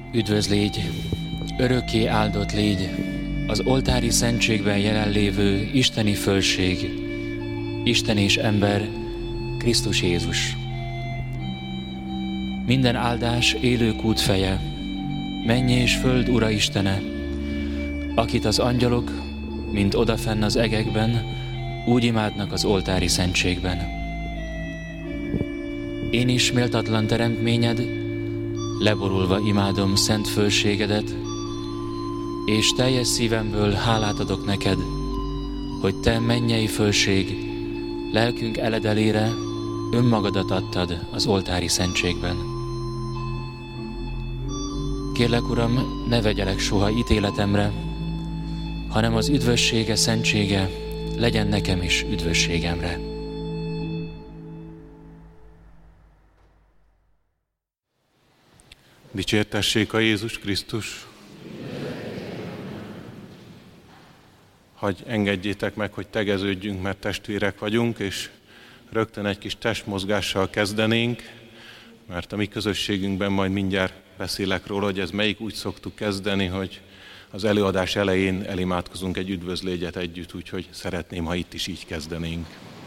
Üdvözl légy, örökké áldott légy, az oltári szentségben jelenlévő isteni fölség, Isten és ember, Krisztus Jézus. Minden áldás élők útfeje, mennyi és föld Ura Istene, akit az angyalok, mint odafenn az egekben, úgy imádnak az oltári szentségben. Én is méltatlan teremtményed, leborulva imádom szent fölségedet, és teljes szívemből hálát adok neked, hogy te mennyei fölség, lelkünk eledelére önmagadat adtad az oltári szentségben. Kérlek, Uram, ne vegyelek soha ítéletemre, hanem az üdvössége, szentsége legyen nekem is üdvösségemre. Dicsértessék a Jézus Krisztus! Hagy engedjétek meg, hogy tegeződjünk, mert testvérek vagyunk, és rögtön egy kis testmozgással kezdenénk, mert a mi közösségünkben majd mindjárt beszélek róla, hogy ez melyik úgy szoktuk kezdeni, hogy az előadás elején elimádkozunk egy üdvözlégyet együtt, úgyhogy szeretném, ha itt is így kezdenénk.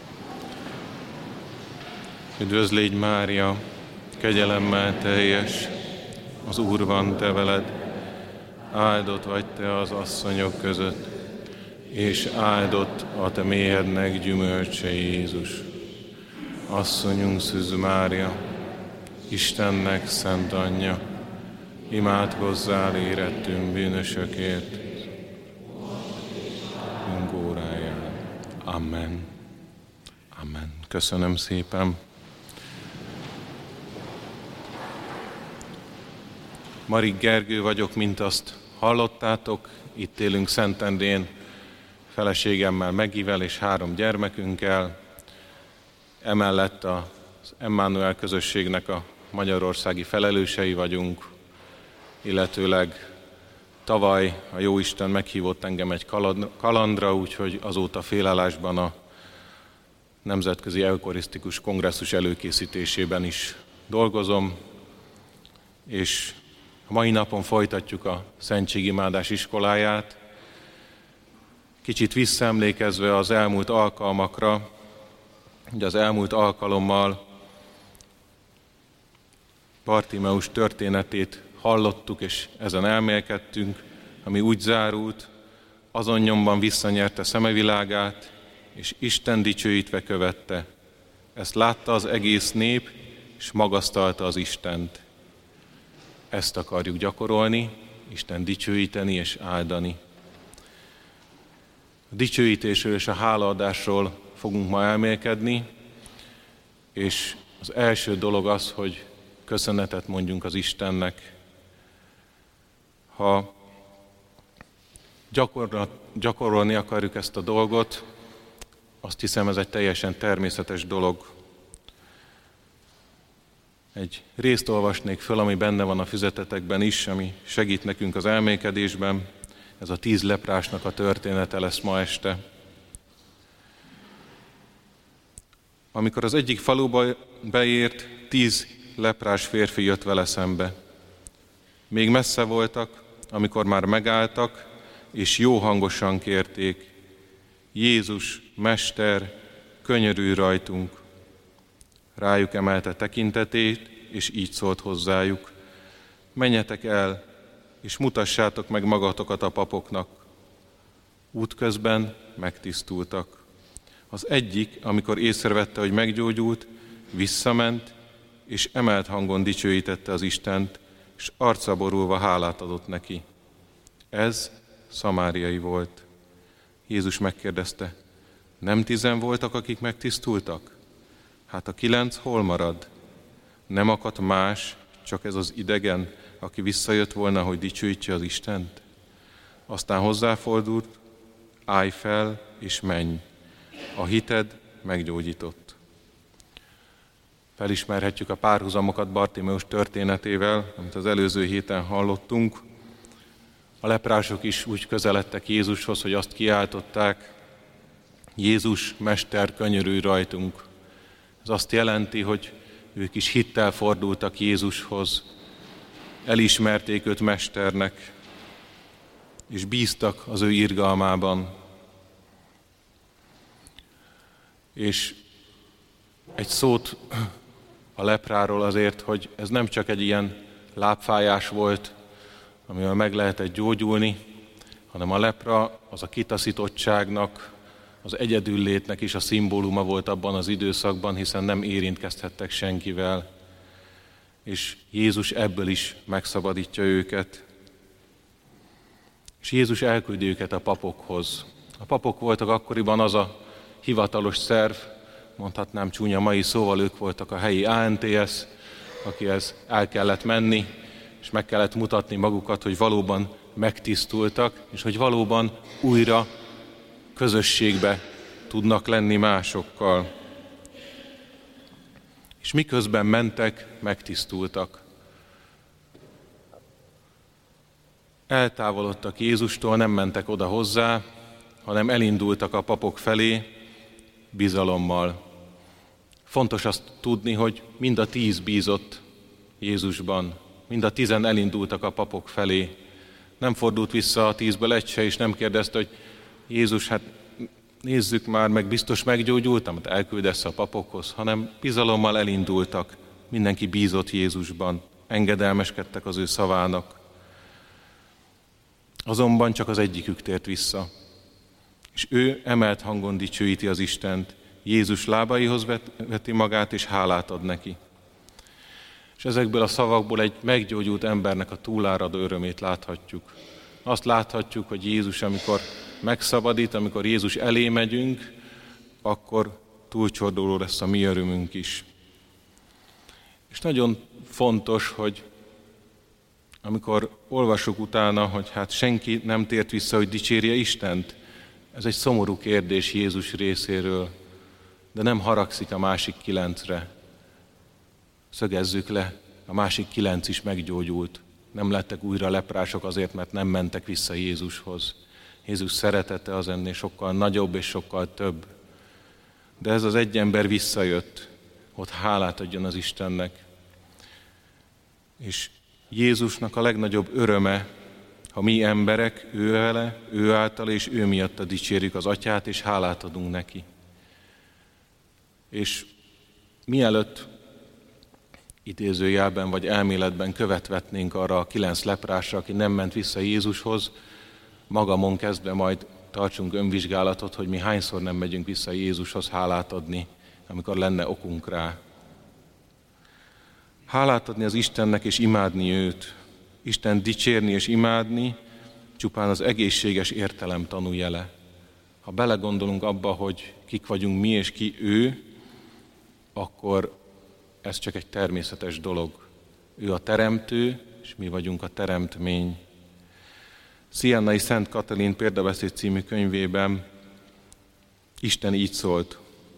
Üdvözlégy Mária, kegyelemmel teljes, az Úr van te veled, áldott vagy te az asszonyok között, és áldott a te méhednek gyümölcse Jézus. Asszonyunk Szűz Mária, Istennek szent anyja, imádkozzál érettünk bűnösökért, óráján. Amen. Amen. Köszönöm szépen. Marik Gergő vagyok, mint azt hallottátok, itt élünk Szentendrén, feleségemmel, Megivel és 3 gyermekünkkel. Emellett az Emmanuel közösségnek a magyarországi felelősei vagyunk, illetőleg tavaly a Jóisten meghívott engem egy kalandra, úgyhogy azóta félállásban a Nemzetközi Eukarisztikus Kongresszus előkészítésében is dolgozom, és a mai napon folytatjuk a Szentségimádás iskoláját. Kicsit visszaemlékezve az elmúlt alkalmakra, ugye az elmúlt alkalommal Bartimeus történetét hallottuk, és ezen elmélkedtünk, ami úgy zárult, azon nyomban visszanyerte szemevilágát, és Isten dicsőítve követte. Ezt látta az egész nép, és magasztalta az Istent. Ezt akarjuk gyakorolni, Isten dicsőíteni és áldani. A dicsőítésről és a hálaadásról fogunk ma elmélkedni, és az első dolog az, hogy köszönetet mondjunk az Istennek. Ha gyakorolni akarjuk ezt a dolgot, azt hiszem, ez egy teljesen természetes dolog. Egy részt olvasnék föl, ami benne van a füzetetekben is, ami segít nekünk az elmélkedésben. Ez a 10 leprásnak a története lesz ma este. Amikor az egyik faluba beért, 10 leprás férfi jött vele szembe. Még messze voltak, amikor már megálltak, és jó hangosan kérték: Jézus, Mester, könyörülj rajtunk! Rájuk emelte tekintetét, és így szólt hozzájuk: menjetek el, és mutassátok meg magatokat a papoknak. Útközben megtisztultak. Az egyik, amikor észrevette, hogy meggyógyult, visszament, és emelt hangon dicsőítette az Istent, és arcra borulva hálát adott neki. Ez szamáriai volt. Jézus megkérdezte: nem 10 voltak, akik megtisztultak? Hát a 9 hol marad? Nem akadt más, csak ez az idegen, aki visszajött volna, hogy dicsőítse az Istent? Aztán hozzáfordult: állj fel és menj, a hited meggyógyított. Felismerhetjük a párhuzamokat Bartimeus történetével, amit az előző héten hallottunk. A leprások is úgy közeledtek Jézushoz, hogy azt kiáltották: Jézus, Mester, könyörülj rajtunk! Ez azt jelenti, hogy ők is hittel fordultak Jézushoz, elismerték őt mesternek, és bíztak az ő irgalmában. És egy szót a lepráról azért, hogy ez nem csak egy ilyen lábfájás volt, amivel meg lehetett gyógyulni, hanem a lepra az a kitaszítottságnak, az egyedüllétnek is a szimbóluma volt abban az időszakban, hiszen nem érintkezhettek senkivel. És Jézus ebből is megszabadítja őket. És Jézus elküldi őket a papokhoz. A papok voltak akkoriban az a hivatalos szerv, mondhatnám csúnya mai szóval, ők voltak a helyi ANTS, akihez el kellett menni, és meg kellett mutatni magukat, hogy valóban megtisztultak, és hogy valóban újra közösségbe tudnak lenni másokkal. És miközben mentek, megtisztultak. Eltávolodtak Jézustól, nem mentek oda hozzá, hanem elindultak a papok felé bizalommal. Fontos azt tudni, hogy mind a 10 bízott Jézusban, mind a 10 elindultak a papok felé. Nem fordult vissza a 10-ből egy se, és nem kérdezte, hogy Jézus, hát nézzük már, meg biztos meggyógyultam, hát elküldesz a papokhoz, hanem bizalommal elindultak. Mindenki bízott Jézusban, engedelmeskedtek az ő szavának. Azonban csak az egyikük tért vissza. És ő emelt hangon dicsőíti az Istent, Jézus lábaihoz veti magát, és hálát ad neki. És ezekből a szavakból egy meggyógyult embernek a túláradó örömét láthatjuk. Azt láthatjuk, hogy Jézus, amikor megszabadít, amikor Jézus elé megyünk, akkor túlcsorduló lesz a mi örömünk is. És nagyon fontos, hogy amikor olvasok utána, hogy hát senki nem tért vissza, hogy dicsérje Istent, ez egy szomorú kérdés Jézus részéről, de nem haragszik a másik 9-re. Szögezzük le, a másik 9 is meggyógyult. Nem lettek újra leprások azért, mert nem mentek vissza Jézushoz. Jézus szeretete az ennél sokkal nagyobb és sokkal több. De ez az egy ember visszajött, hogy hálát adjon az Istennek. És Jézusnak a legnagyobb öröme, ha mi emberek, ő vele, ő által és ő miatta dicsérjük az Atyát, és hálát adunk neki. És mielőtt idézőjelben vagy elméletben követvetnénk arra a 9 leprásra, aki nem ment vissza Jézushoz, magamon kezdve majd tartsunk önvizsgálatot, hogy mi hányszor nem megyünk vissza Jézushoz hálát adni, amikor lenne okunk rá. Hálát adni az Istennek és imádni őt. Isten dicsérni és imádni csupán az egészséges értelem tanújele. Ha belegondolunk abba, hogy kik vagyunk mi és ki ő, akkor ez csak egy természetes dolog. Ő a teremtő, és mi vagyunk a teremtmény. Siennai Szent Katalin példabeszéd című könyvében Isten így szólt.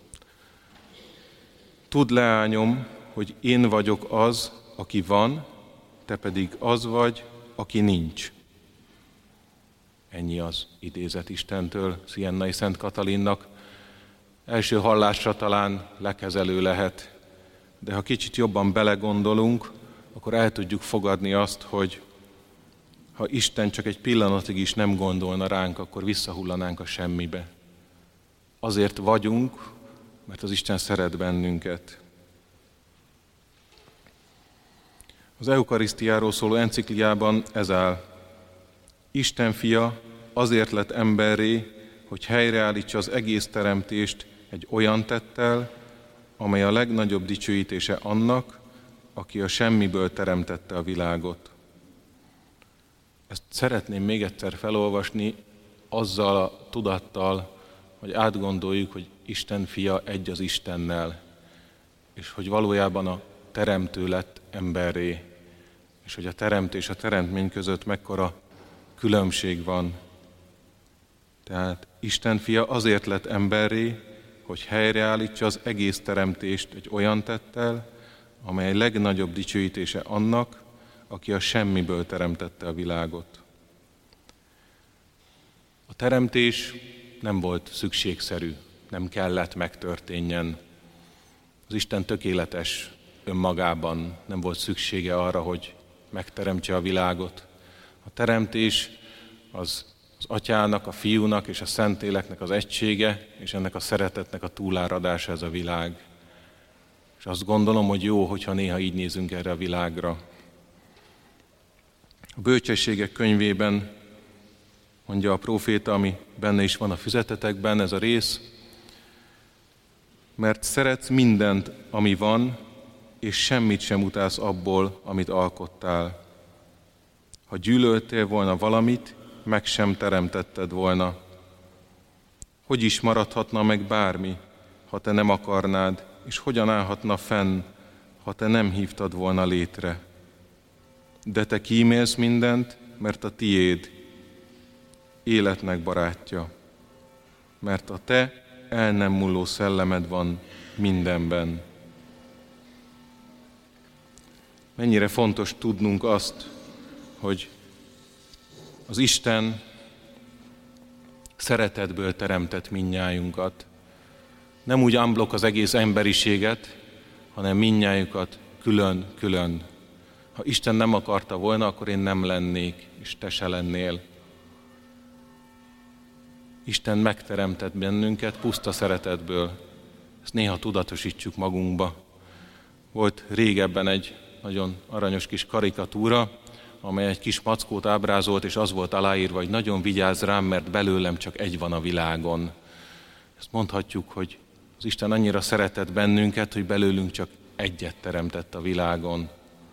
Tudd, leányom, hogy én vagyok az, aki van, te pedig az vagy, aki nincs. Ennyi az idézet Istentől, Siennai Szent Katalinnak. Első hallásra talán lekezelő lehet, de ha kicsit jobban belegondolunk, akkor el tudjuk fogadni azt, hogy ha Isten csak egy pillanatig is nem gondolna ránk, akkor visszahullanánk a semmibe. Azért vagyunk, mert az Isten szeret bennünket. Az eukarisztiáról szóló encikliában ez áll. Isten fia azért lett emberré, hogy helyreállítsa az egész teremtést egy olyan tettel, amely a legnagyobb dicsőítése annak, aki a semmiből teremtette a világot. Ezt szeretném még egyszer felolvasni azzal a tudattal, hogy átgondoljuk, hogy Isten fia egy az Istennel, és hogy valójában a teremtő lett emberré, és hogy a teremtés és a teremtmény között mekkora különbség van. Tehát Isten fia azért lett emberré, hogy helyreállítsa az egész teremtést egy olyan tettel, amely legnagyobb dicsőítése annak, aki a semmiből teremtette a világot. A teremtés nem volt szükségszerű, nem kellett megtörténjen. Az Isten tökéletes önmagában, nem volt szüksége arra, hogy megteremtse a világot. A teremtés az Atyának, a Fiúnak és a Szentléleknek az egysége, és ennek a szeretetnek a túláradása ez a világ. És azt gondolom, hogy jó, hogyha néha így nézünk erre a világra. A Bölcsességek könyvében mondja a próféta, ami benne is van a füzetetekben, ez a rész, mert szeretsz mindent, ami van, és semmit sem utálsz abból, amit alkottál. Ha gyűlöltél volna valamit, meg sem teremtetted volna. Hogy is maradhatna meg bármi, ha te nem akarnád, és hogyan állhatna fenn, ha te nem hívtad volna létre? De te kímélsz mindent, mert a tiéd, életnek barátja, mert a te el nem múló szellemed van mindenben. Mennyire fontos tudnunk azt, hogy az Isten szeretetből teremtett mindnyájunkat. Nem úgy unblock az egész emberiséget, hanem mindnyájukat külön-külön. Ha Isten nem akarta volna, akkor én nem lennék, és te se lennél. Isten megteremtett bennünket puszta szeretetből. Ezt néha tudatosítsuk magunkba. Volt régebben egy nagyon aranyos kis karikatúra, amely egy kis mackót ábrázolt, és az volt aláírva, hogy nagyon vigyázz rám, mert belőlem csak egy van a világon. Ezt mondhatjuk, hogy az Isten annyira szeretett bennünket, hogy belőlünk csak egyet teremtett a világon.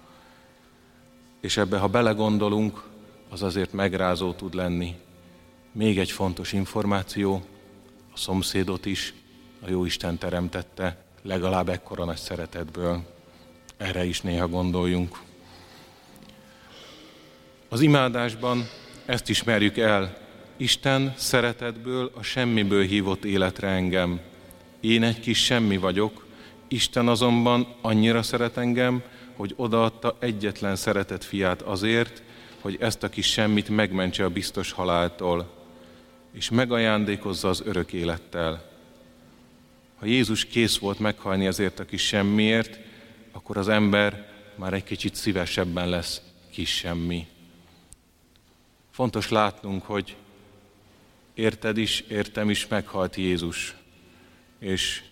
És ebbe, ha belegondolunk, az azért megrázó tud lenni. Még egy fontos információ, a szomszédot is a Jóisten teremtette, legalább ekkora nagy szeretetből. Erre is néha gondoljunk. Az imádásban ezt ismerjük el. Isten szeretetből, a semmiből hívott életre engem. Én egy kis semmi vagyok, Isten azonban annyira szeret engem, hogy odaadta egyetlen szeretett fiát azért, hogy ezt a kis semmit megmentse a biztos haláltól, és megajándékozza az örök élettel. Ha Jézus kész volt meghalni ezért a kis semmiért, akkor az ember már egy kicsit szívesebben lesz kis semmi. Fontos látnunk, hogy érted is, értem is, meghalt Jézus, és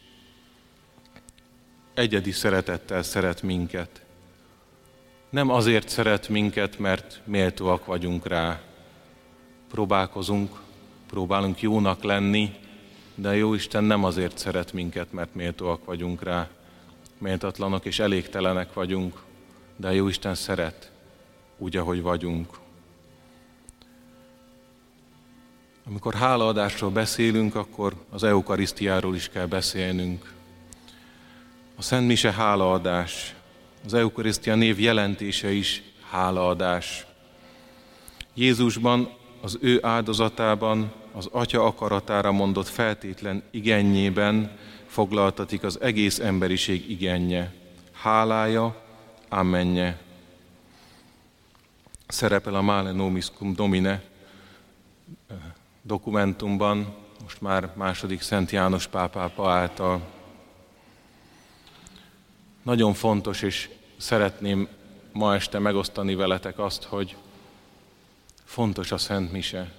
egyedi szeretettel szeret minket. Nem azért szeret minket, mert méltóak vagyunk rá. Próbálunk jónak lenni, de a Jóisten nem azért szeret minket, mert méltóak vagyunk rá. Méltatlanok és elégtelenek vagyunk, de a Jóisten szeret, úgy, ahogy vagyunk. Amikor hálaadásról beszélünk, akkor az eukarisztiáról is kell beszélnünk. A Szent Mise hálaadás, az eukarisztia név jelentése is hálaadás. Jézusban, az ő áldozatában, az Atya akaratára mondott feltétlen igenjében foglaltatik az egész emberiség igenje, hálája, ámenje. Szerepel a Male Nomiscum Domine dokumentumban, most már II. Szent János pápa által. Nagyon fontos, és szeretném ma este megosztani veletek azt, hogy fontos a Szent Mise.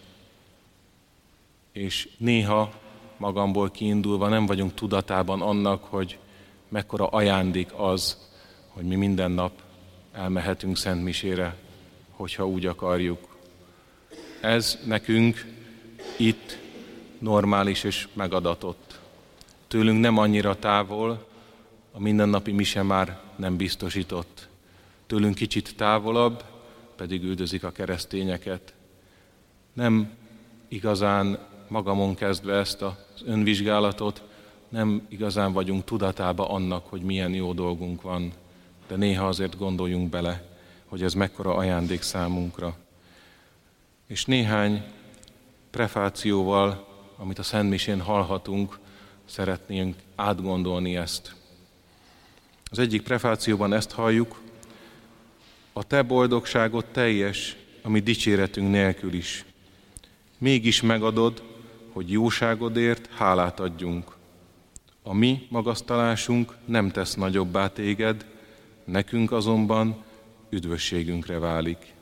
És néha magamból kiindulva nem vagyunk tudatában annak, hogy mekkora ajándék az, hogy mi minden nap elmehetünk Szent Misére, hogyha úgy akarjuk. Ez nekünk itt normális és megadatott. Tőlünk nem annyira távol, a mindennapi mise már nem biztosított. Tőlünk kicsit távolabb, pedig üldözik a keresztényeket. Nem igazán magamon kezdve ezt az önvizsgálatot, nem igazán vagyunk tudatában annak, hogy milyen jó dolgunk van, de néha azért gondoljunk bele, hogy ez mekkora ajándék számunkra. És néhány prefációval, amit a Szent Misén hallhatunk, szeretnénk átgondolni ezt. Az egyik prefációban ezt halljuk: a te boldogságod teljes, ami dicséretünk nélkül is. Mégis megadod, hogy jóságodért hálát adjunk. A mi magasztalásunk nem tesz nagyobbá téged, nekünk azonban üdvösségünkre válik.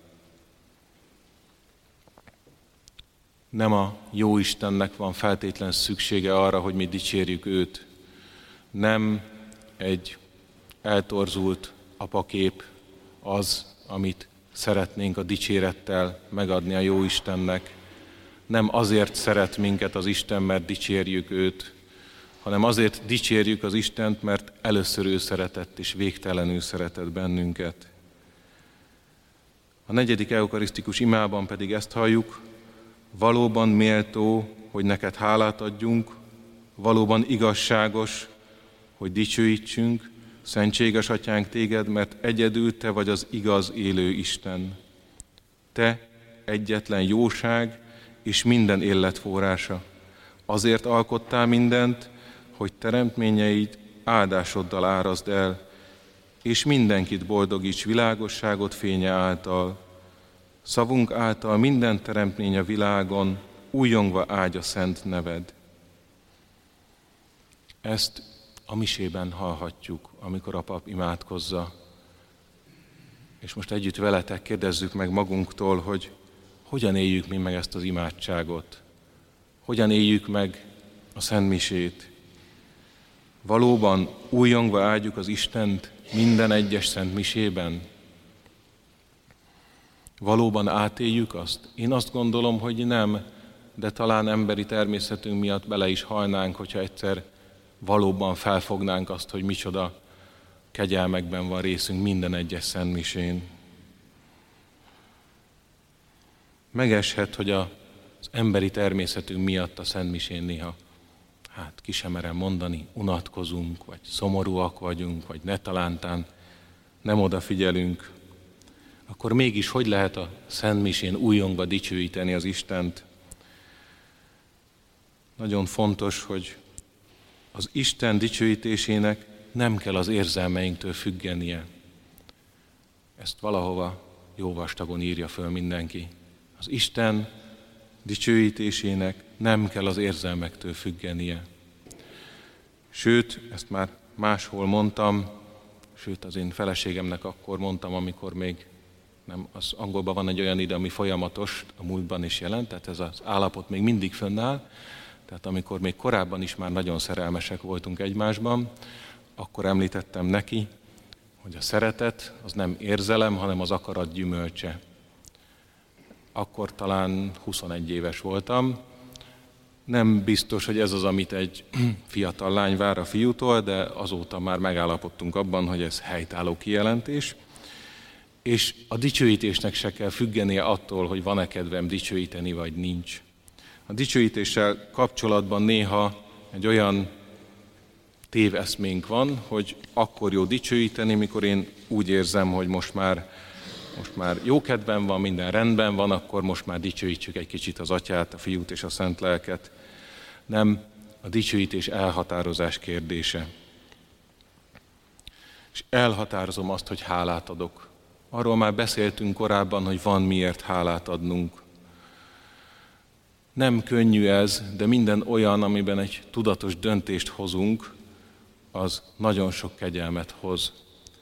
Nem a jó Istennek van feltétlen szüksége arra, hogy mi dicsérjük őt. Nem egy eltorzult apakép az, amit szeretnénk a dicsérettel megadni a jó Istennek. Nem azért szeret minket az Isten, mert dicsérjük őt, hanem azért dicsérjük az Istent, mert először ő szeretett és végtelenül szeretett bennünket. A 4. eukarisztikus imában pedig ezt halljuk: valóban méltó, hogy neked hálát adjunk, valóban igazságos, hogy dicsőítsünk, szentséges Atyánk téged, mert egyedül te vagy az igaz élő Isten. Te egyetlen jóság és minden élet forrása. Azért alkottál mindent, hogy teremtményeid áldásoddal árazd el, és mindenkit boldogíts világosságot fénye által. Szavunk által minden teremtmény a világon újjongva áldja szent neved. Ezt a misében hallhatjuk, amikor a pap imádkozza. És most együtt veletek kérdezzük meg magunktól, hogy hogyan éljük mi meg ezt az imádságot. Hogyan éljük meg a szentmisét. Valóban újjongva áldjuk az Istent minden egyes szentmisében. Valóban átéljük azt? Én azt gondolom, hogy nem, de talán emberi természetünk miatt bele is halnánk, hogyha egyszer valóban felfognánk azt, hogy micsoda kegyelmekben van részünk minden egyes szentmisén. Megeshet, hogy az emberi természetünk miatt a szentmisén néha, ki sem merem mondani, unatkozunk, vagy szomorúak vagyunk, vagy netalántán nem odafigyelünk, akkor mégis hogy lehet a szentmisén újjongva dicsőíteni az Istent? Nagyon fontos, hogy az Isten dicsőítésének nem kell az érzelmeinktől függenie. Ezt valahova jó vastagon írja föl mindenki. Az Isten dicsőítésének nem kell az érzelmektől függenie. Sőt, ezt már máshol mondtam, sőt az én feleségemnek akkor mondtam, amikor még nem, az angolban van egy olyan ide, ami folyamatos, a múltban is jelent, tehát ez az állapot még mindig fönnáll, tehát amikor még korábban is már nagyon szerelmesek voltunk egymásban, akkor említettem neki, hogy a szeretet az nem érzelem, hanem az akarat gyümölcse. Akkor talán 21 éves voltam. Nem biztos, hogy ez az, amit egy fiatal lány vár a fiútól, de azóta már megállapodtunk abban, hogy ez helytálló kijelentés. És a dicsőítésnek se kell függenie attól, hogy van-e kedvem dicsőíteni, vagy nincs. A dicsőítéssel kapcsolatban néha egy olyan téveszménk van, hogy akkor jó dicsőíteni, mikor én úgy érzem, hogy most már jó kedvem van, minden rendben van, akkor most már dicsőítsük egy kicsit az Atyát, a Fiút és a Szent Lelket. Nem, a dicsőítés elhatározás kérdése. És elhatározom azt, hogy hálát adok. Arról már beszéltünk korábban, hogy van miért hálát adnunk. Nem könnyű ez, de minden olyan, amiben egy tudatos döntést hozunk, az nagyon sok kegyelmet hoz.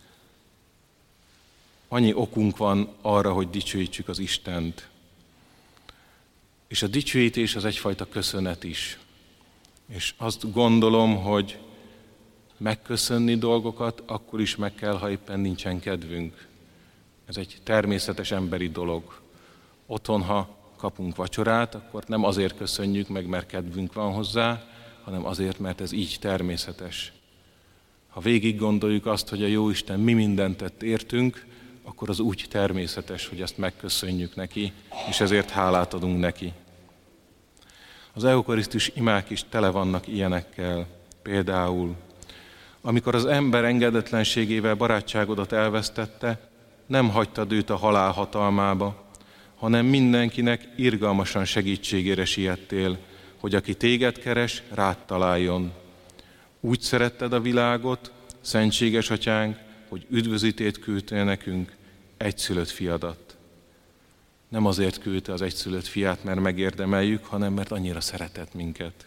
Annyi okunk van arra, hogy dicsőítsük az Istent. És a dicsőítés az egyfajta köszönet is. És azt gondolom, hogy megköszönni dolgokat akkor is meg kell, ha éppen nincsen kedvünk. Ez egy természetes emberi dolog. Otthon, ha kapunk vacsorát, akkor nem azért köszönjük meg, mert kedvünk van hozzá, hanem azért, mert ez így természetes. Ha végig gondoljuk azt, hogy a Jóisten mi mindent tett értünk, akkor az úgy természetes, hogy ezt megköszönjük neki, és ezért hálát adunk neki. Az eukarisztus imák is tele vannak ilyenekkel. Például, amikor az ember engedetlenségével barátságodat elvesztette, nem hagytad őt a halál hatalmába, hanem mindenkinek irgalmasan segítségére siettél, hogy aki téged keres, rád találjon. Úgy szeretted a világot, szentséges Atyánk, hogy üdvözítét küldtél nekünk, egyszülött fiadat. Nem azért küldte az egyszülött fiát, mert megérdemeljük, hanem mert annyira szeretett minket.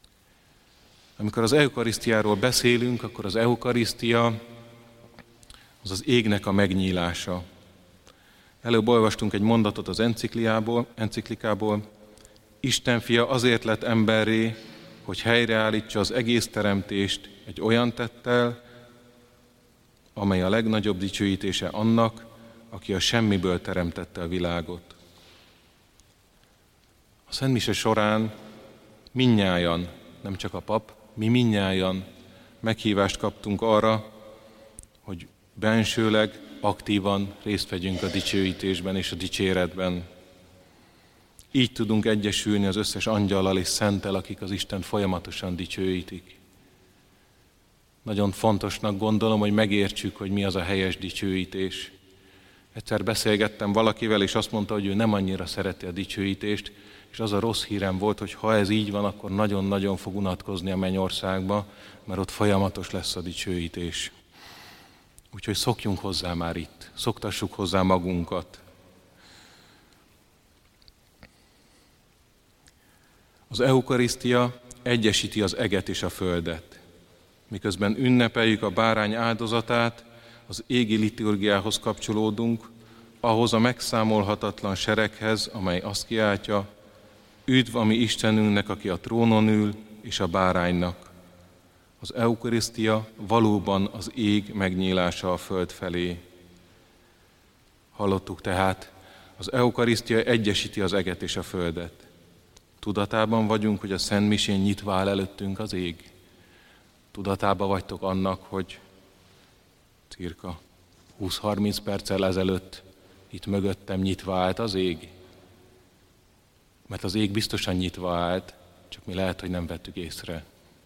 Amikor az eukarisztiáról beszélünk, akkor az eukarisztia az az égnek a megnyílása. Előbb olvastunk egy mondatot az enciklikából. Isten fia azért lett emberré, hogy helyreállítsa az egész teremtést egy olyan tettel, amely a legnagyobb dicsőítése annak, aki a semmiből teremtette a világot. A szentmise során mindnyájan, nem csak a pap, mi mindnyájan meghívást kaptunk arra, hogy bensőleg, aktívan részt vegyünk a dicsőítésben és a dicséretben. Így tudunk egyesülni az összes angyallal és szenttel, akik az Istent folyamatosan dicsőítik. Nagyon fontosnak gondolom, hogy megértsük, hogy mi az a helyes dicsőítés. Egyszer beszélgettem valakivel, és azt mondta, hogy ő nem annyira szereti a dicsőítést, és az a rossz hírem volt, hogy ha ez így van, akkor nagyon-nagyon fog unatkozni a mennyországba, mert ott folyamatos lesz a dicsőítés. Úgyhogy szokjunk hozzá már itt, szoktassuk hozzá magunkat. Az eukarisztia egyesíti az eget és a földet. Miközben ünnepeljük a bárány áldozatát, az égi liturgiához kapcsolódunk, ahhoz a megszámolhatatlan sereghez, amely azt kiáltja, üdv a mi Istenünknek, aki a trónon ül, és a báránynak. Az eukarisztia valóban az ég megnyílása a föld felé. Hallottuk tehát, az eukarisztia egyesíti az eget és a földet. Tudatában vagyunk, hogy a Szent Misén nyitva áll előttünk az ég. Tudatában vagytok annak, hogy cirka 20-30 perccel ezelőtt itt mögöttem nyitva állt az ég. Mert az ég biztosan nyitva állt, csak mi lehet, hogy nem vettük észre.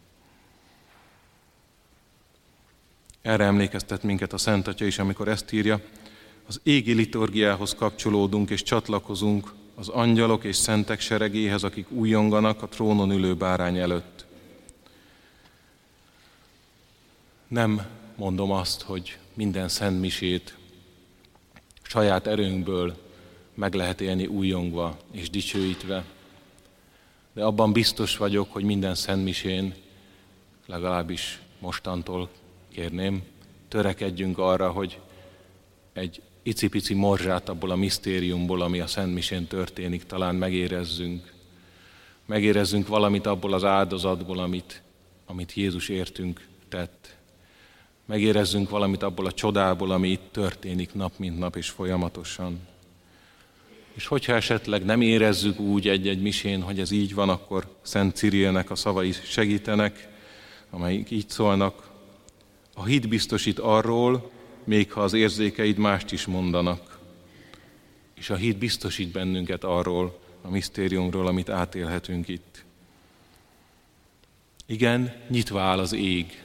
Erre emlékeztet minket a Szent Atya is, amikor ezt írja, az égi liturgiához kapcsolódunk és csatlakozunk az angyalok és szentek seregéhez, akik újonganak a trónon ülő bárány előtt. Nem mondom azt, hogy minden szent misét saját erőnkből meg lehet élni újongva és dicsőítve, de abban biztos vagyok, hogy minden szent misén, legalábbis mostantól kérném, törekedjünk arra, hogy egy icipici morzsát abból a misztériumból, ami a Szent Misén történik, talán megérezzünk. Megérezzünk valamit abból az áldozatból, amit Jézus értünk tett. Megérezzünk valamit abból a csodából, ami itt történik nap mint nap és folyamatosan. És hogyha esetleg nem érezzük úgy egy-egy misén, hogy ez így van, akkor Szent Cirilnek a szavai segítenek, amelyik így szólnak. A hit biztosít arról, még ha az érzékeid mást is mondanak. És a hit biztosít bennünket arról, a misztériumról, amit átélhetünk itt. Igen, nyitva áll az ég.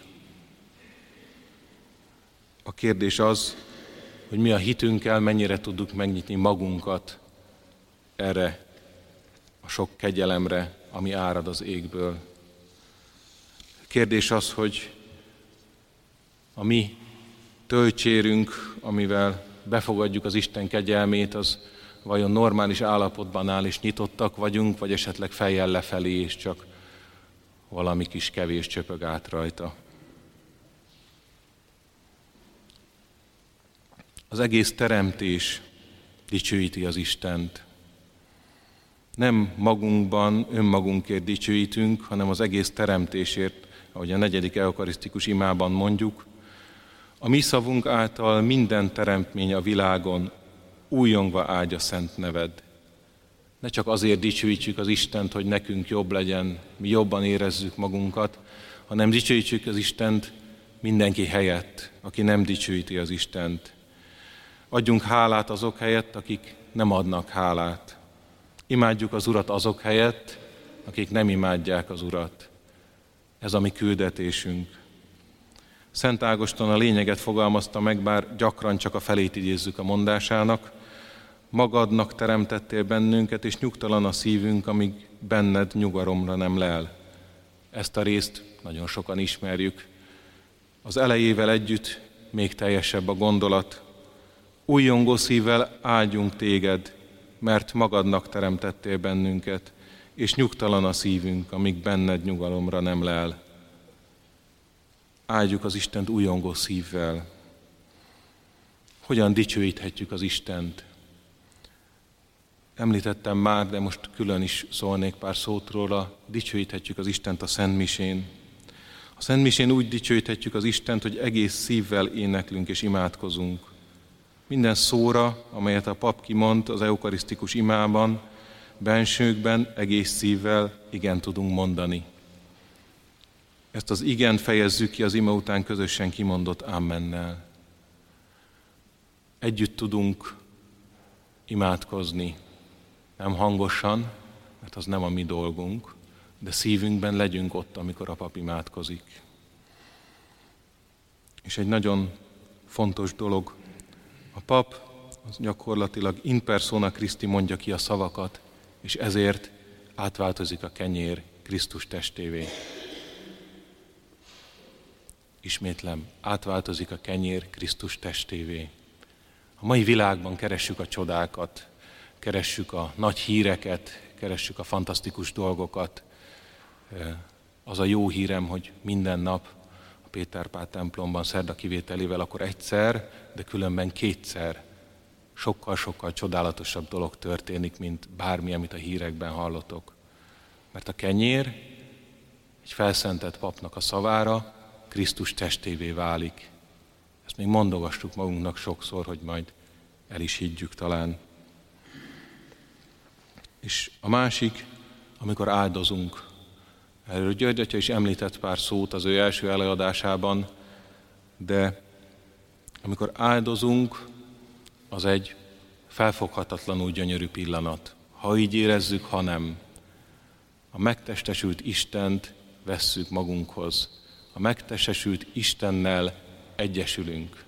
A kérdés az, hogy mi a hitünkkel mennyire tudjuk megnyitni magunkat erre a sok kegyelemre, ami árad az égből. A kérdés az, hogy a mi töltsérünk, amivel befogadjuk az Isten kegyelmét, az vajon normális állapotban áll, és nyitottak vagyunk, vagy esetleg fejjel lefelé, és csak valami kis kevés csöpög át rajta. Az egész teremtés dicsőíti az Istent. Nem magunkban, önmagunkért dicsőítünk, hanem az egész teremtésért, ahogy a 4. eukarisztikus imában mondjuk, a mi szavunk által minden teremtmény a világon újongva áldja szent neved. Ne csak azért dicsőítsük az Istent, hogy nekünk jobb legyen, mi jobban érezzük magunkat, hanem dicsőítsük az Istent mindenki helyett, aki nem dicsőíti az Istent. Adjunk hálát azok helyett, akik nem adnak hálát. Imádjuk az Urat azok helyett, akik nem imádják az Urat. Ez a mi küldetésünk. Szent Ágoston a lényeget fogalmazta meg, bár gyakran csak a felét idézzük a mondásának. Magadnak teremtettél bennünket, és nyugtalan a szívünk, amíg benned nyugalomra nem lel. Ezt a részt nagyon sokan ismerjük. Az elejével együtt még teljesebb a gondolat. Újjongó szívvel áldjunk téged, mert magadnak teremtettél bennünket, és nyugtalan a szívünk, amíg benned nyugalomra nem lel. Áldjuk az Istent újjongó szívvel. hogyan dicsőíthetjük az Istent. Említettem már, de most külön is szólnék pár szót róla, dicsőíthetjük az Istent a Szentmisén. A Szentmisén úgy dicsőíthetjük az Istent, hogy egész szívvel éneklünk és imádkozunk. Minden szóra, amelyet a pap kimond az eukarisztikus imában, bensőkben egész szívvel igen tudunk mondani. Ezt az igent fejezzük ki az ima után közösen kimondott ámennel. Együtt tudunk imádkozni, nem hangosan, mert az nem a mi dolgunk, de szívünkben legyünk ott, amikor a pap imádkozik. És egy nagyon fontos dolog, a pap az gyakorlatilag in persona Christi mondja ki a szavakat, és ezért átváltozik a kenyér Krisztus testévé. Ismétlem, átváltozik a kenyér Krisztus testévé. A mai világban keressük a csodákat, keressük a nagy híreket, keressük a fantasztikus dolgokat. Az a jó hírem, hogy minden nap a Péter Pál templomban szerda kivételével akkor egyszer, de különben kétszer sokkal-sokkal csodálatosabb dolog történik, mint bármi, amit a hírekben hallotok. Mert a kenyér egy felszentelt papnak a szavára Krisztus testévé válik. Ezt még mondogassuk magunknak sokszor, hogy majd el is higgyük talán. És a másik, amikor áldozunk. Erről György atya is említett pár szót az ő első előadásában, de amikor áldozunk, az egy felfoghatatlanul gyönyörű pillanat. Ha így érezzük, ha nem. A megtestesült Istent vesszük magunkhoz. A megtestesült Istennel egyesülünk.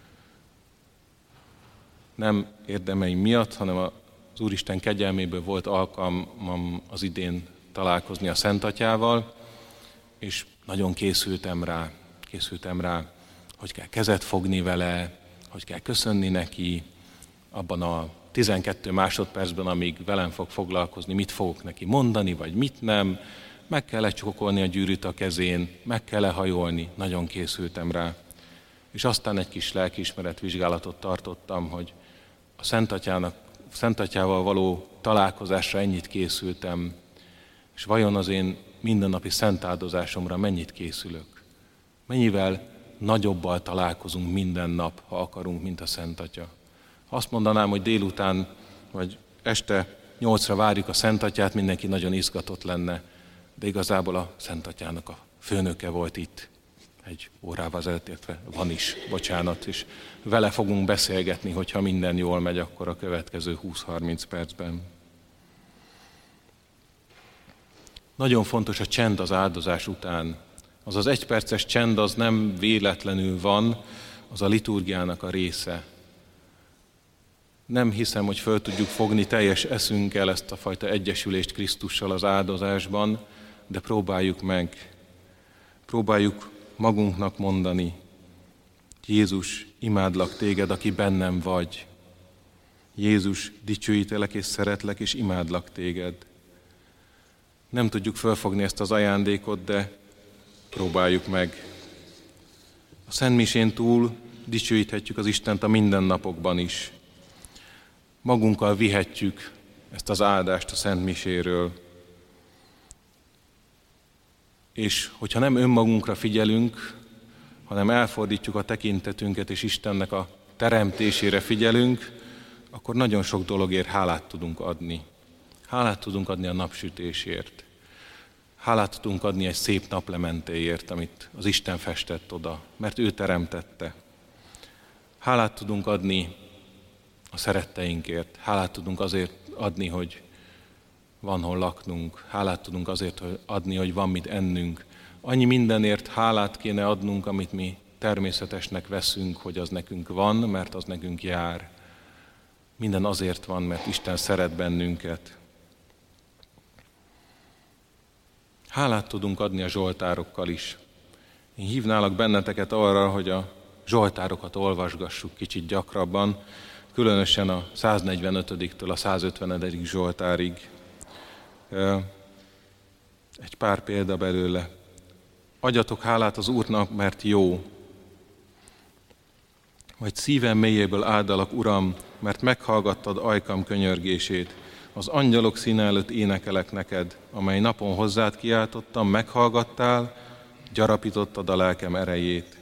Nem érdemeim miatt, hanem az Úristen kegyelméből volt alkalmam az idén találkozni a Szent Atyával, és nagyon készültem rá, hogy kell kezet fogni vele, hogy kell köszönni neki, abban a 12 másodpercben, amíg velem fog foglalkozni, mit fogok neki mondani, vagy mit nem, meg kell csokolni a gyűrűt a kezén, meg kell hajolni, nagyon készültem rá. És aztán egy kis lelkiismeretvizsgálatot tartottam, hogy a Szent Atyával való találkozásra ennyit készültem, és vajon az én mindennapi szent áldozásomra mennyit készülök? Mennyivel nagyobbal találkozunk minden nap, ha akarunk, mint a Szent Atya? Ha azt mondanám, hogy délután vagy este 8-ra várjuk a Szent Atyát, mindenki nagyon izgatott lenne, de igazából a Szent Atyának a főnöke volt itt egy órával ezelőtt, illetve van is, bocsánat, és vele fogunk beszélgetni, hogyha minden jól megy, akkor a következő 20-30 percben. Nagyon fontos a csend az áldozás után. Az az egyperces csend, az nem véletlenül van, az a liturgiának a része. Nem hiszem, hogy föl tudjuk fogni teljes eszünkkel ezt a fajta egyesülést Krisztussal az áldozásban, de próbáljuk meg. Próbáljuk magunknak mondani, Jézus, imádlak téged, aki bennem vagy. Jézus, dicsőítelek és szeretlek, és imádlak téged. Nem tudjuk fölfogni ezt az ajándékot, de próbáljuk meg. A Szentmisén túl dicsőíthetjük az Istent a mindennapokban is. Magunkkal vihetjük ezt az áldást a Szentmiséről. És hogyha nem önmagunkra figyelünk, hanem elfordítjuk a tekintetünket, és Istennek a teremtésére figyelünk, akkor nagyon sok dologért hálát tudunk adni. Hálát tudunk adni a napsütésért. Hálát tudunk adni egy szép naplementéért, amit az Isten festett oda, mert ő teremtette. Hálát tudunk adni a szeretteinkért. Hálát tudunk azért adni, hogy van hol laknunk. Hálát tudunk azért adni, hogy van mit ennünk. Annyi mindenért hálát kéne adnunk, amit mi természetesnek veszünk, hogy az nekünk van, mert az nekünk jár. Minden azért van, mert Isten szeret bennünket. Hálát tudunk adni a zsoltárokkal is. Én hívnálak benneteket arra, hogy a zsoltárokat olvasgassuk kicsit gyakrabban, különösen a 145-től a 150. zsoltárig. Egy pár példa belőle. Adjatok hálát az Úrnak, mert jó. Vagy szívem mélyéből áldalak, Uram, mert meghallgattad ajkam könyörgését. Az angyalok színe előtt énekelek neked, amely napon hozzád kiáltottam, meghallgattál, gyarapítottad a lelkem erejét.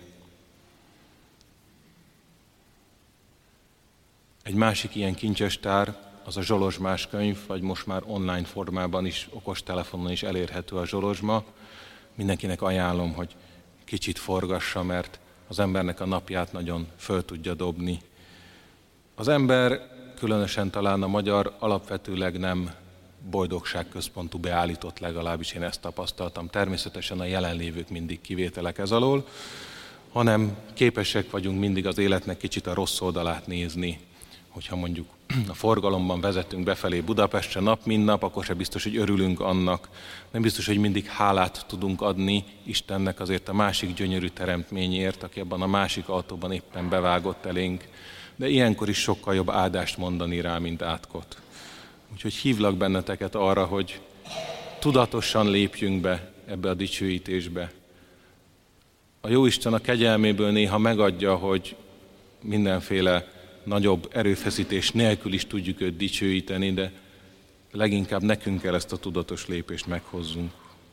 Egy másik ilyen kincses tár, az a Zsolozsmás könyv, vagy most már online formában is, okostelefonon is elérhető a Zsolozsma. Mindenkinek ajánlom, hogy kicsit forgassa, mert az embernek a napját nagyon föl tudja dobni. Az ember, különösen talán a magyar, alapvetőleg nem boldogságközpontú beállított, legalábbis én ezt tapasztaltam. Természetesen a jelenlévők mindig kivételek ez alól, hanem képesek vagyunk mindig az életnek kicsit a rossz oldalát nézni. Hogyha mondjuk a forgalomban vezetünk befelé Budapestre nap, mint nap, akkor se biztos, hogy örülünk annak. Nem biztos, hogy mindig hálát tudunk adni Istennek azért a másik gyönyörű teremtményért, aki abban a másik autóban éppen bevágott elénk. De ilyenkor is sokkal jobb áldást mondani rá, mint átkot. Úgyhogy hívlak benneteket arra, hogy tudatosan lépjünk be ebbe a dicsőítésbe. A Jóisten a kegyelméből néha megadja, hogy mindenféle nagyobb erőfeszítés nélkül is tudjuk őt dicsőíteni, de leginkább nekünk kell ezt a tudatos lépést meghozzunk.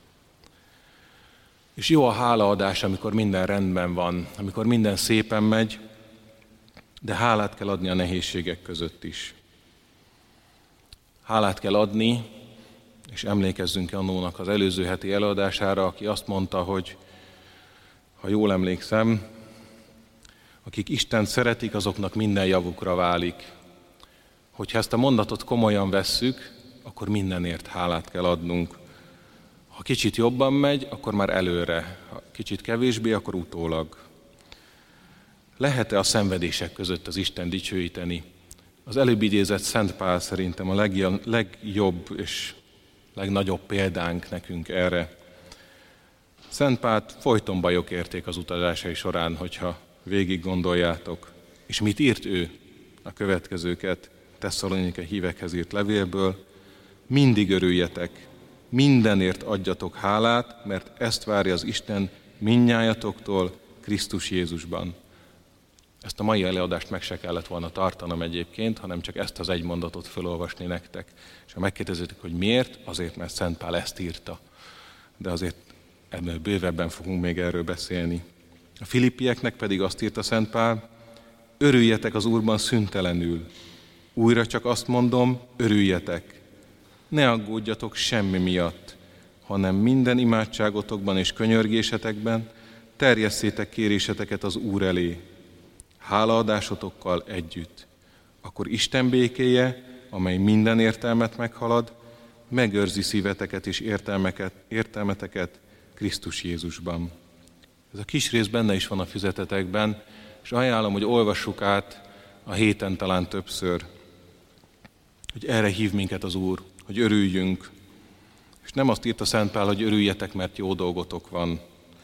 És jó a hálaadás, amikor minden rendben van, amikor minden szépen megy, de hálát kell adni a nehézségek között is. Hálát kell adni, és emlékezzünk Annónak az előző heti előadására, aki azt mondta, hogy ha jól emlékszem, akik Istent szeretik, azoknak minden javukra válik. Hogyha ezt a mondatot komolyan vesszük, akkor mindenért hálát kell adnunk. Ha kicsit jobban megy, akkor már előre. Ha kicsit kevésbé, akkor utólag. Lehet-e a szenvedések között az Isten dicsőíteni? Az előbb idézett Szent Pál szerintem a legjobb és legnagyobb példánk nekünk erre. Szent Pált folyton bajok érték az utazásai során, hogyha végig gondoljátok. És mit írt ő? A következőket Tesszalonike hívekhez írt levélből. Mindig örüljetek, mindenért adjatok hálát, mert ezt várja az Isten mindnyájatoktól Krisztus Jézusban. Ezt a mai előadást meg se kellett volna tartanom egyébként, hanem csak ezt az egy mondatot felolvasni nektek. És ha megkérdezitek, hogy miért, azért, mert Szent Pál ezt írta. De azért ebből bővebben fogunk még erről beszélni. A filippieknek pedig azt írta Szent Pál, örüljetek az Úrban szüntelenül. Újra csak azt mondom, örüljetek. Ne aggódjatok semmi miatt, hanem minden imádságotokban és könyörgésetekben terjesszétek kéréseteket az Úr elé, hálaadásotokkal együtt. Akkor Isten békéje, amely minden értelmet meghalad, megőrzi szíveteket és értelmeteket Krisztus Jézusban. Ez a kis rész benne is van a füzetetekben, és ajánlom, hogy olvassuk át a héten talán többször, hogy erre hív minket az Úr, hogy örüljünk. És nem azt írta Szent Pál, hogy örüljetek, mert jó dolgotok van.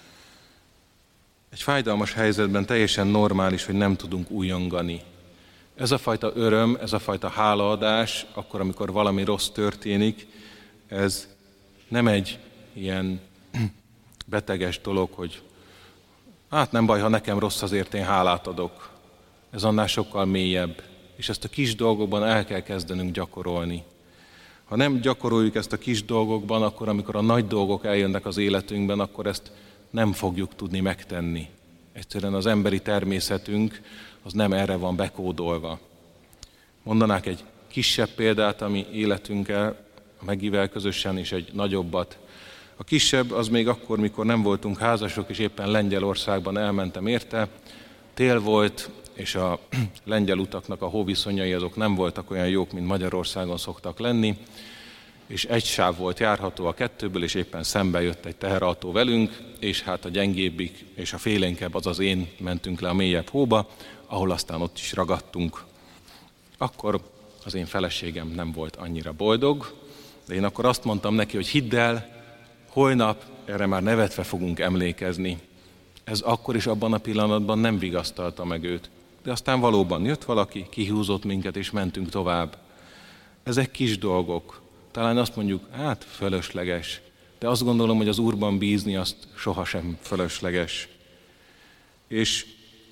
Egy fájdalmas helyzetben teljesen normális, hogy nem tudunk újongani. Ez a fajta öröm, ez a fajta hálaadás, akkor, amikor valami rossz történik, ez nem egy ilyen beteges dolog, hogy hát nem baj, ha nekem rossz, azért én hálát adok. Ez annál sokkal mélyebb, és ezt a kis dolgokban el kell kezdenünk gyakorolni. Ha nem gyakoroljuk ezt a kis dolgokban, akkor amikor a nagy dolgok eljönnek az életünkben, akkor ezt nem fogjuk tudni megtenni. Egyszerűen az emberi természetünk az nem erre van bekódolva. Mondanák egy kisebb példát, ami életünkkel, a Meggivel közösen, és egy nagyobbat. A kisebb az még akkor, mikor nem voltunk házasok, és éppen Lengyelországban elmentem érte. Tél volt, és a lengyel utaknak a hóviszonyai azok nem voltak olyan jók, mint Magyarországon szoktak lenni, és egy sáv volt járható a kettőből, és éppen szembe jött egy teherautó velünk, és hát a gyengébbik és a félénkebb, azaz én mentünk le a mélyebb hóba, ahol aztán ott is ragadtunk. Akkor az én feleségem nem volt annyira boldog, de én akkor azt mondtam neki, hogy hidd el, holnap erre már nevetve fogunk emlékezni. Ez akkor is abban a pillanatban nem vigasztalta meg őt. De aztán valóban jött valaki, kihúzott minket, és mentünk tovább. Ezek kis dolgok. Talán azt mondjuk, hát fölösleges. De azt gondolom, hogy az Úrban bízni azt sohasem fölösleges. És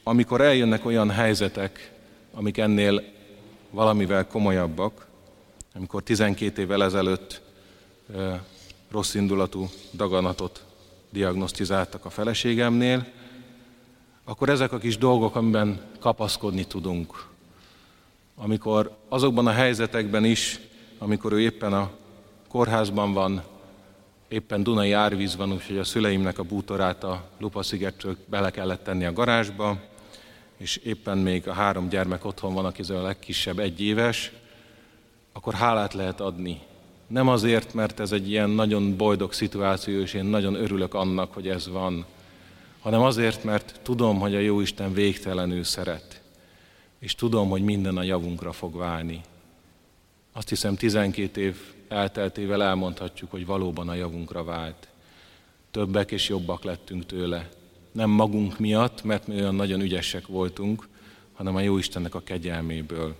amikor eljönnek olyan helyzetek, amik ennél valamivel komolyabbak, amikor 12 évvel ezelőtt rosszindulatú daganatot diagnosztizáltak a feleségemnél, akkor ezek a kis dolgok, amiben kapaszkodni tudunk. Amikor azokban a helyzetekben is, amikor ő éppen a kórházban van, éppen Dunai árvíz van, úgyhogy a szüleimnek a bútorát a Lupa-szigetről bele kellett tenni a garázsba, és éppen még a 3 gyermek otthon van, aki a legkisebb 1 éves, akkor hálát lehet adni. Nem azért, mert ez egy ilyen nagyon boldog szituáció, és én nagyon örülök annak, hogy ez van, hanem azért, mert tudom, hogy a Jóisten végtelenül szeret, és tudom, hogy minden a javunkra fog válni. Azt hiszem, 12 év elteltével elmondhatjuk, hogy valóban a javunkra vált. Többek és jobbak lettünk tőle. Nem magunk miatt, mert mi olyan nagyon ügyesek voltunk, hanem a Jóistennek a kegyelméből.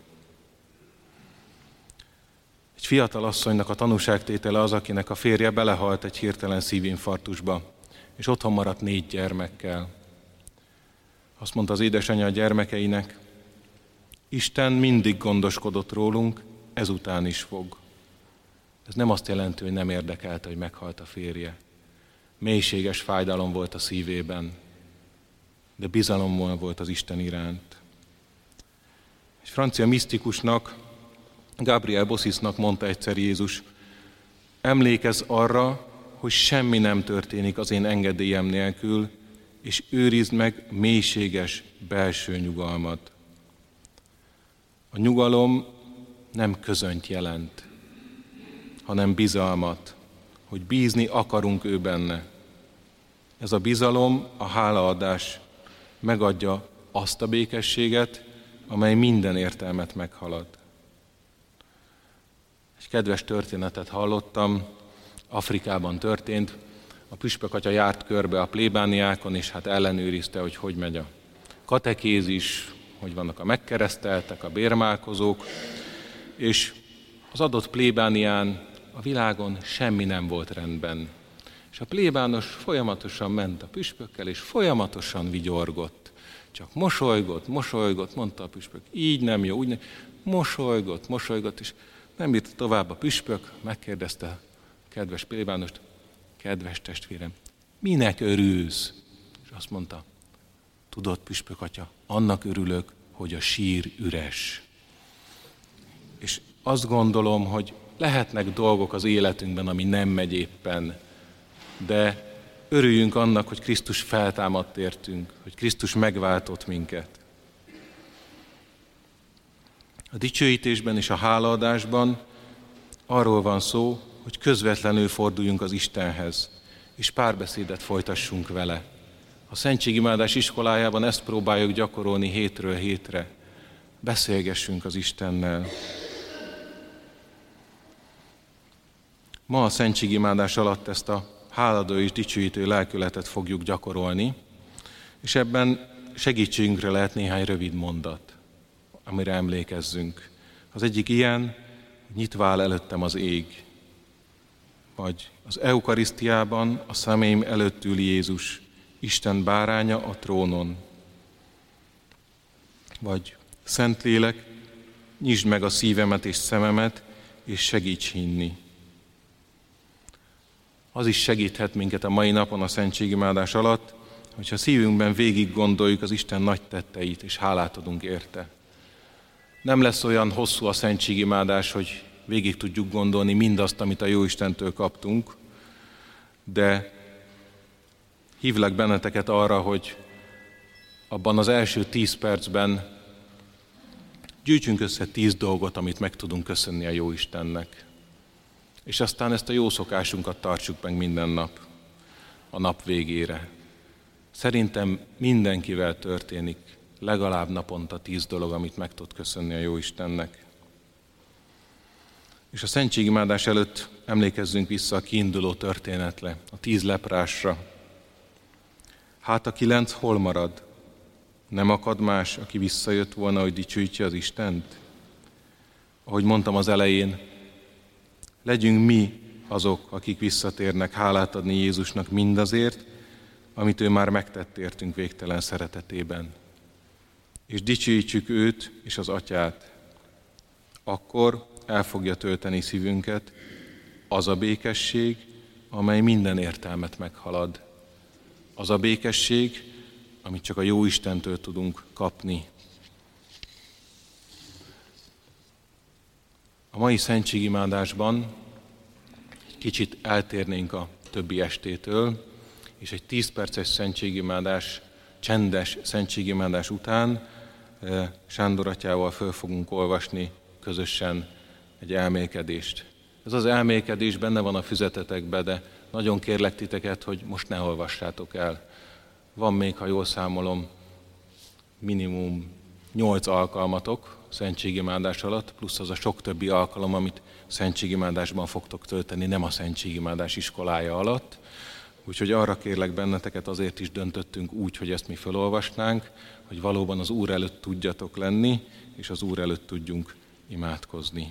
Egy fiatal asszonynak a tanúságtétele az, akinek a férje belehalt egy hirtelen szívinfarktusba, és otthon maradt 4 gyermekkel. Azt mondta az édesanyja a gyermekeinek, Isten mindig gondoskodott rólunk, ezután is fog. Ez nem azt jelenti, hogy nem érdekelte, hogy meghalt a férje. Mélységes fájdalom volt a szívében, de bizalom volt az Isten iránt. Egy francia misztikusnak, Gabriel Bossisnak mondta egyszer Jézus, emlékezz arra, hogy semmi nem történik az én engedélyem nélkül, és őrizd meg mélységes belső nyugalmat. A nyugalom nem közönyt jelent, hanem bizalmat, hogy bízni akarunk ő benne. Ez a bizalom, a hálaadás megadja azt a békességet, amely minden értelmet meghalad. Egy kedves történetet hallottam, Afrikában történt, a püspök atya járt körbe a plébániákon, és hát ellenőrizte, hogy megy a katekézis, hogy vannak a megkereszteltek, a bérmálkozók, és az adott plébánián a világon semmi nem volt rendben. És a plébános folyamatosan ment a püspökkel, és folyamatosan vigyorgott. Csak mosolygott, mondta a püspök, így nem jó, úgy nem. Mosolygott, és nem bírta tovább a püspök, megkérdezte a kedves plébánost, kedves testvérem, minek örülsz? És azt mondta, tudod, püspök atya, annak örülök, hogy a sír üres. És azt gondolom, hogy lehetnek dolgok az életünkben, ami nem megy éppen, de örüljünk annak, hogy Krisztus feltámadt értünk, hogy Krisztus megváltott minket. A dicsőítésben és a hálaadásban arról van szó, hogy közvetlenül forduljunk az Istenhez, és párbeszédet folytassunk vele. A szentségimádás iskolájában ezt próbáljuk gyakorolni hétről hétre. Beszélgessünk az Istennel. Ma a szentségimádás alatt ezt a háladó és dicsőítő lelkületet fogjuk gyakorolni, és ebben segítségünkre lehet néhány rövid mondat, amire emlékezzünk. Az egyik ilyen, nyitva áll előttem az ég, vagy az eukarisztiában a szemeim előtt ül Jézus, Isten báránya a trónon, vagy Szentlélek, nyisd meg a szívemet és szememet, és segíts hinni. Az is segíthet minket a mai napon a szentségimádás alatt, hogyha szívünkben végig gondoljuk az Isten nagy tetteit, és hálát adunk érte. Nem lesz olyan hosszú a szentségimádás, hogy végig tudjuk gondolni mindazt, amit a Jóistentől kaptunk, de hívlak benneteket arra, hogy abban az első 10 percben gyűjtsünk össze 10 dolgot, amit meg tudunk köszönni a Jóistennek. És aztán ezt a jó szokásunkat tartsuk meg minden nap, a nap végére. Szerintem mindenkivel történik legalább naponta 10 dolog, amit meg tud köszönni a Jóistennek. És a szentségimádás előtt emlékezzünk vissza a kiinduló történetre, a 10 leprásra. Hát a 9 hol marad? Nem akad más, aki visszajött volna, hogy dicsőítse az Istent? Ahogy mondtam az elején, legyünk mi azok, akik visszatérnek hálát adni Jézusnak mindazért, amit ő már megtett értünk végtelen szeretetében. és dicsőítsük őt és az Atyát. Akkor el fogja tölteni szívünket az a békesség, amely minden értelmet meghalad. Az a békesség, amit csak a jó Istentől tudunk kapni. A mai szentségimádásban kicsit eltérnénk a többi estétől, és egy 10 perces szentségimádás, csendes szentségimádás után Sándor atyával föl fogunk olvasni közösen egy elmélkedést. Ez az elmélkedés benne van a füzetetekben, de nagyon kérlek titeket, hogy most ne olvassátok el. Van még, ha jól számolom, minimum 8 alkalmatok szentségimádás alatt, plusz az a sok többi alkalom, amit szentségimádásban fogtok tölteni, nem a szentségimádás iskolája alatt. Úgyhogy arra kérlek benneteket, azért is döntöttünk úgy, hogy ezt mi felolvasnánk, hogy valóban az Úr előtt tudjatok lenni, és az Úr előtt tudjunk imádkozni.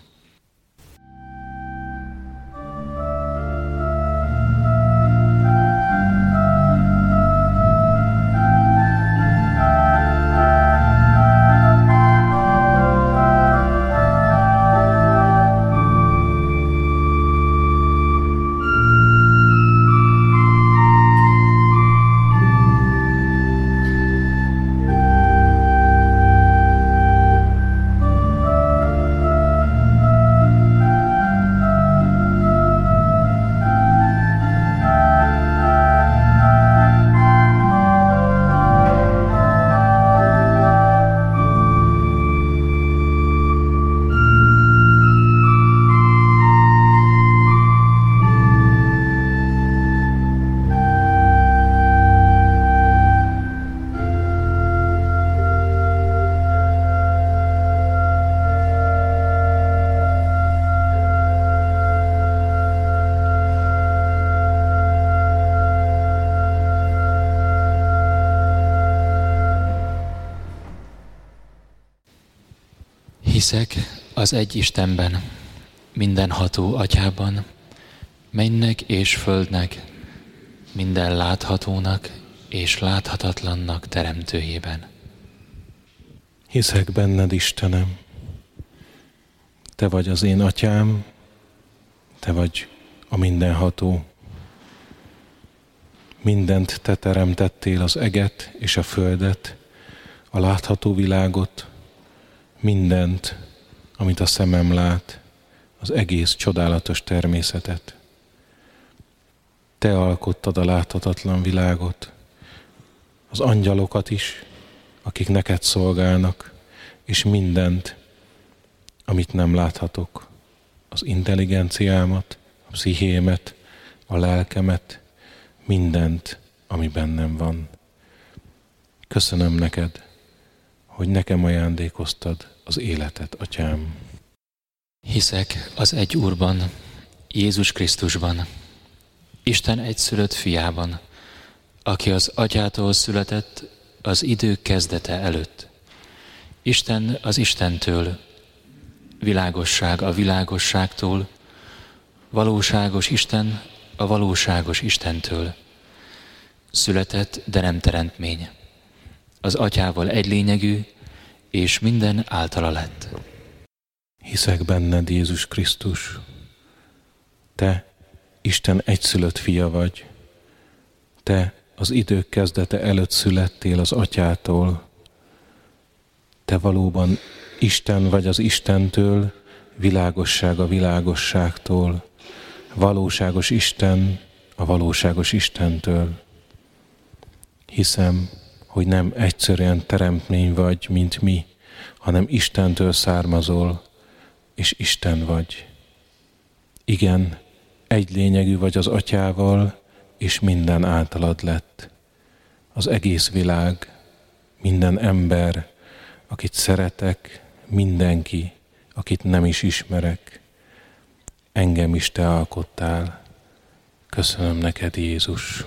Hiszek az egy Istenben, mindenható Atyában, mennek és földnek, minden láthatónak és láthatatlannak teremtőjében. Hiszek benned, Istenem, te vagy az én Atyám, te vagy a mindenható. Mindent te teremtettél, az eget és a földet, a látható világot, mindent, amit a szemem lát, az egész csodálatos természetet. Te alkottad a láthatatlan világot, az angyalokat is, akik neked szolgálnak, és mindent, amit nem láthatok, az intelligenciámat, a pszichémet, a lelkemet, mindent, ami bennem van. Köszönöm neked, hogy nekem ajándékoztad az életet, Atyám. Hiszek az egy Úrban, Jézus Krisztusban, Isten egyszülött fiában, aki az Atyától született az idők kezdete előtt. Isten az Istentől, világosság a világosságtól, valóságos Isten a valóságos Istentől. Született, de nem teremtmény. Az Atyával egy lényegű, és minden általa lett. Hiszek benned, Jézus Krisztus. Te Isten egyszülött fia vagy. Te az idők kezdete előtt születtél az Atyától. Te valóban Isten vagy az Istentől, világosság a világosságtól, valóságos Isten a valóságos Istentől. Hiszem, hogy nem egyszerűen teremtmény vagy, mint mi, hanem Istentől származol, és Isten vagy. Igen, egy lényegű vagy az Atyával, és minden általad lett. Az egész világ, minden ember, akit szeretek, mindenki, akit nem is ismerek. Engem is te alkottál. Köszönöm neked, Jézus.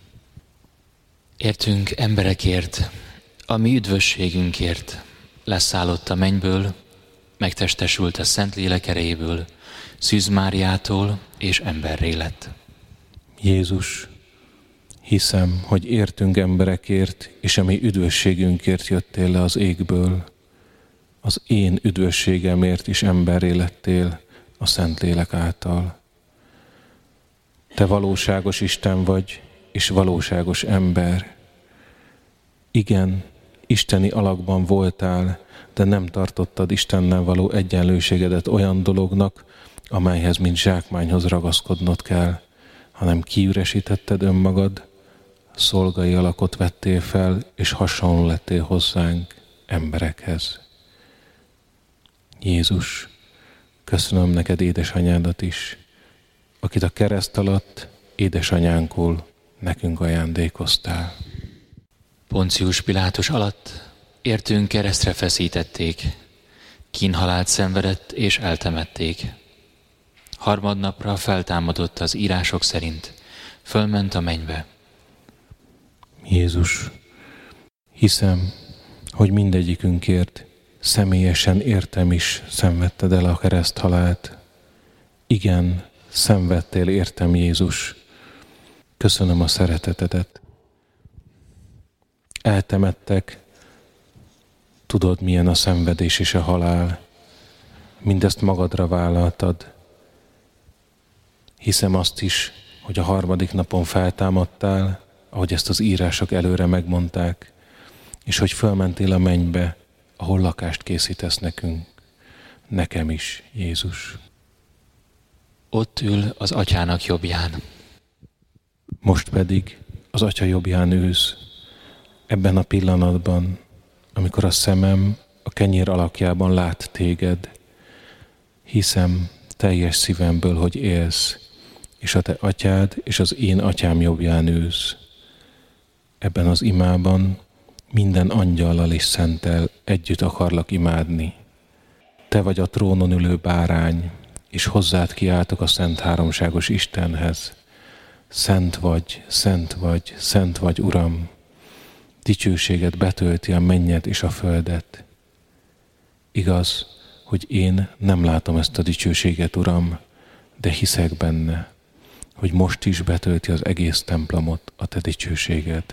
Értünk emberekért, a mi üdvösségünkért leszállott a mennyből, megtestesült a Szentlélek erejéből, Szűz Máriától és emberré lett. Jézus, Hiszem, hogy értünk emberekért, és a mi üdvösségünkért jöttél le az égből. Az én üdvösségemért is emberré lettél a Szentlélek által. Te valóságos Isten vagy, és valóságos ember. Igen, isteni alakban voltál, de nem tartottad Istennel való egyenlőségedet olyan dolognak, amelyhez mint zsákmányhoz ragaszkodnod kell, hanem kiüresítetted önmagad, szolgai alakot vettél fel, és hasonló lettél hozzánk, emberekhez. Jézus, köszönöm neked édesanyádat is, akit a kereszt alatt édesanyánkul nekünk ajándékoztál. Poncius Pilátus alatt értünk keresztre feszítették, kínhalált szenvedett és eltemették. Harmadnapra feltámadott az írások szerint, fölment a mennybe. Jézus, hiszem, hogy mindegyikünkért személyesen értem is szenvedted el a kereszthalált. Igen, szenvedtél értem, Jézus. Köszönöm a szeretetedet. Eltemettek, tudod, milyen a szenvedés és a halál. Mindezt magadra vállaltad. Hiszem azt is, hogy a harmadik napon feltámadtál, ahogy ezt az írások előre megmondták, és hogy fölmentél a mennybe, ahol lakást készítesz nekünk. Nekem is, Jézus. Ott ül az Atyának jobbján. Most pedig az Atya jobbján ülsz, ebben a pillanatban, amikor a szemem a kenyér alakjában lát téged. Hiszem teljes szívemből, hogy élsz, és a te atyád és az én atyám jobbján ülsz. Ebben az imában minden angyallal és szenttel együtt akarlak imádni. Te vagy a trónon ülő bárány, és hozzád kiáltok a szent háromságos Istenhez. Szent vagy, szent vagy, szent vagy, Uram! Dicsőséget betölti a mennyet és a földet. Igaz, hogy én nem látom ezt a dicsőséget, Uram, de hiszek benne, hogy most is betölti az egész templomot a te dicsőséged.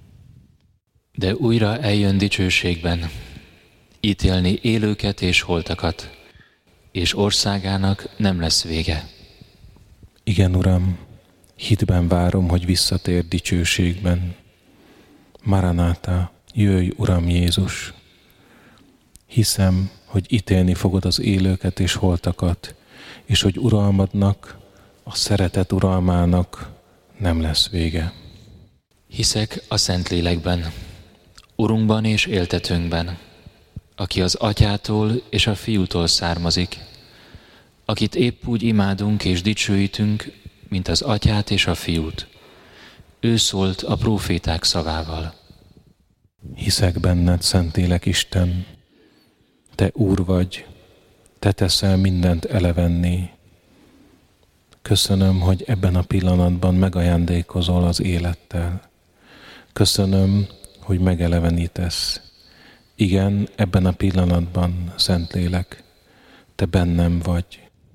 De újra eljön dicsőségben, ítélni élőket és holtakat, és országának nem lesz vége. Igen, Uram, hitben várom, hogy visszatér dicsőségben. Maranáta, jöjj, Uram Jézus! Hiszem, hogy ítélni fogod az élőket és holtakat, és hogy uralmadnak, a szeretet uralmának nem lesz vége. Hiszek a Szentlélekben, Urunkban és éltetőnkben, aki az Atyától és a Fiútól származik, akit épp úgy imádunk és dicsőítünk, mint az Atyát és a Fiút. Ő szólt a próféták szavával. Hiszek benned, Szentlélek Isten, te Úr vagy, te teszel mindent elevenné. Köszönöm, hogy ebben a pillanatban megajándékozol az élettel. Köszönöm, hogy megelevenítesz. Igen, ebben a pillanatban, Szentlélek, te bennem vagy.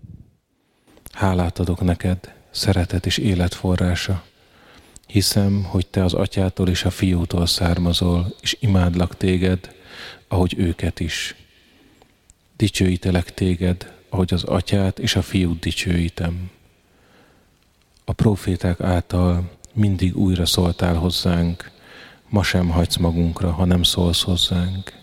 Hálát adok neked, szeretet és élet forrása. Hiszem, hogy te az Atyától és a Fiútól származol, és imádlak téged, ahogy őket is. Dicsőítelek téged, ahogy az Atyát és a Fiút dicsőítem. A próféták által mindig újra szóltál hozzánk, ma sem hagysz magunkra, ha nem szólsz hozzánk.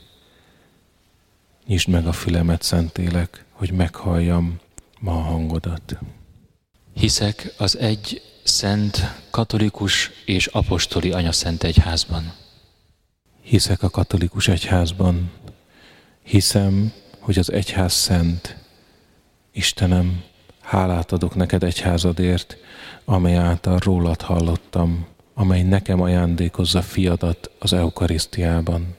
Nyisd meg a fülemet, Szentlélek, hogy meghalljam ma a hangodat. Hiszek az egy szent, katolikus és apostoli anyaszent egyházban. Hiszek a katolikus egyházban. Hiszem, hogy az egyház szent. Istenem, hálát adok neked egyházadért, amely által rólad hallottam, amely nekem ajándékozza fiadat az eukarisztiában.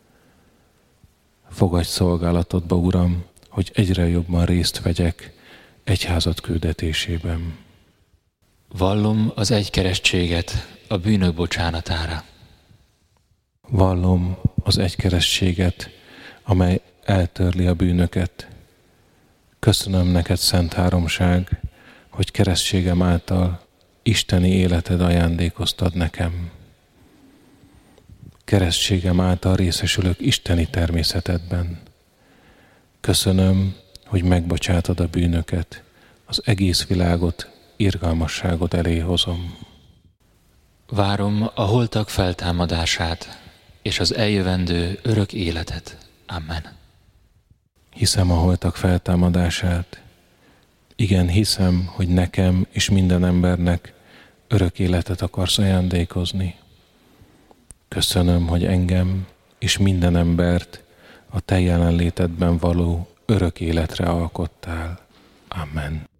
Fogadj szolgálatodba, Uram, hogy egyre jobban részt vegyek egyházad küldetésében. Vallom az egykeresztséget a bűnök bocsánatára. Vallom az egykeresztséget, amely eltörli a bűnöket. Köszönöm neked, Szent Háromság, hogy keresztségem által isteni életed ajándékoztad nekem. Keresztségem által részesülök isteni természetedben. Köszönöm, hogy megbocsátod a bűnöket, az egész világot, irgalmasságod elé hozom. Várom a holtak feltámadását és az eljövendő örök életet. Amen. Hiszem a holtak feltámadását. Igen, hiszem, hogy nekem és minden embernek örök életet akarsz ajándékozni. Köszönöm, hogy engem és minden embert a te jelenlétedben való örök életre alkottál. Amen.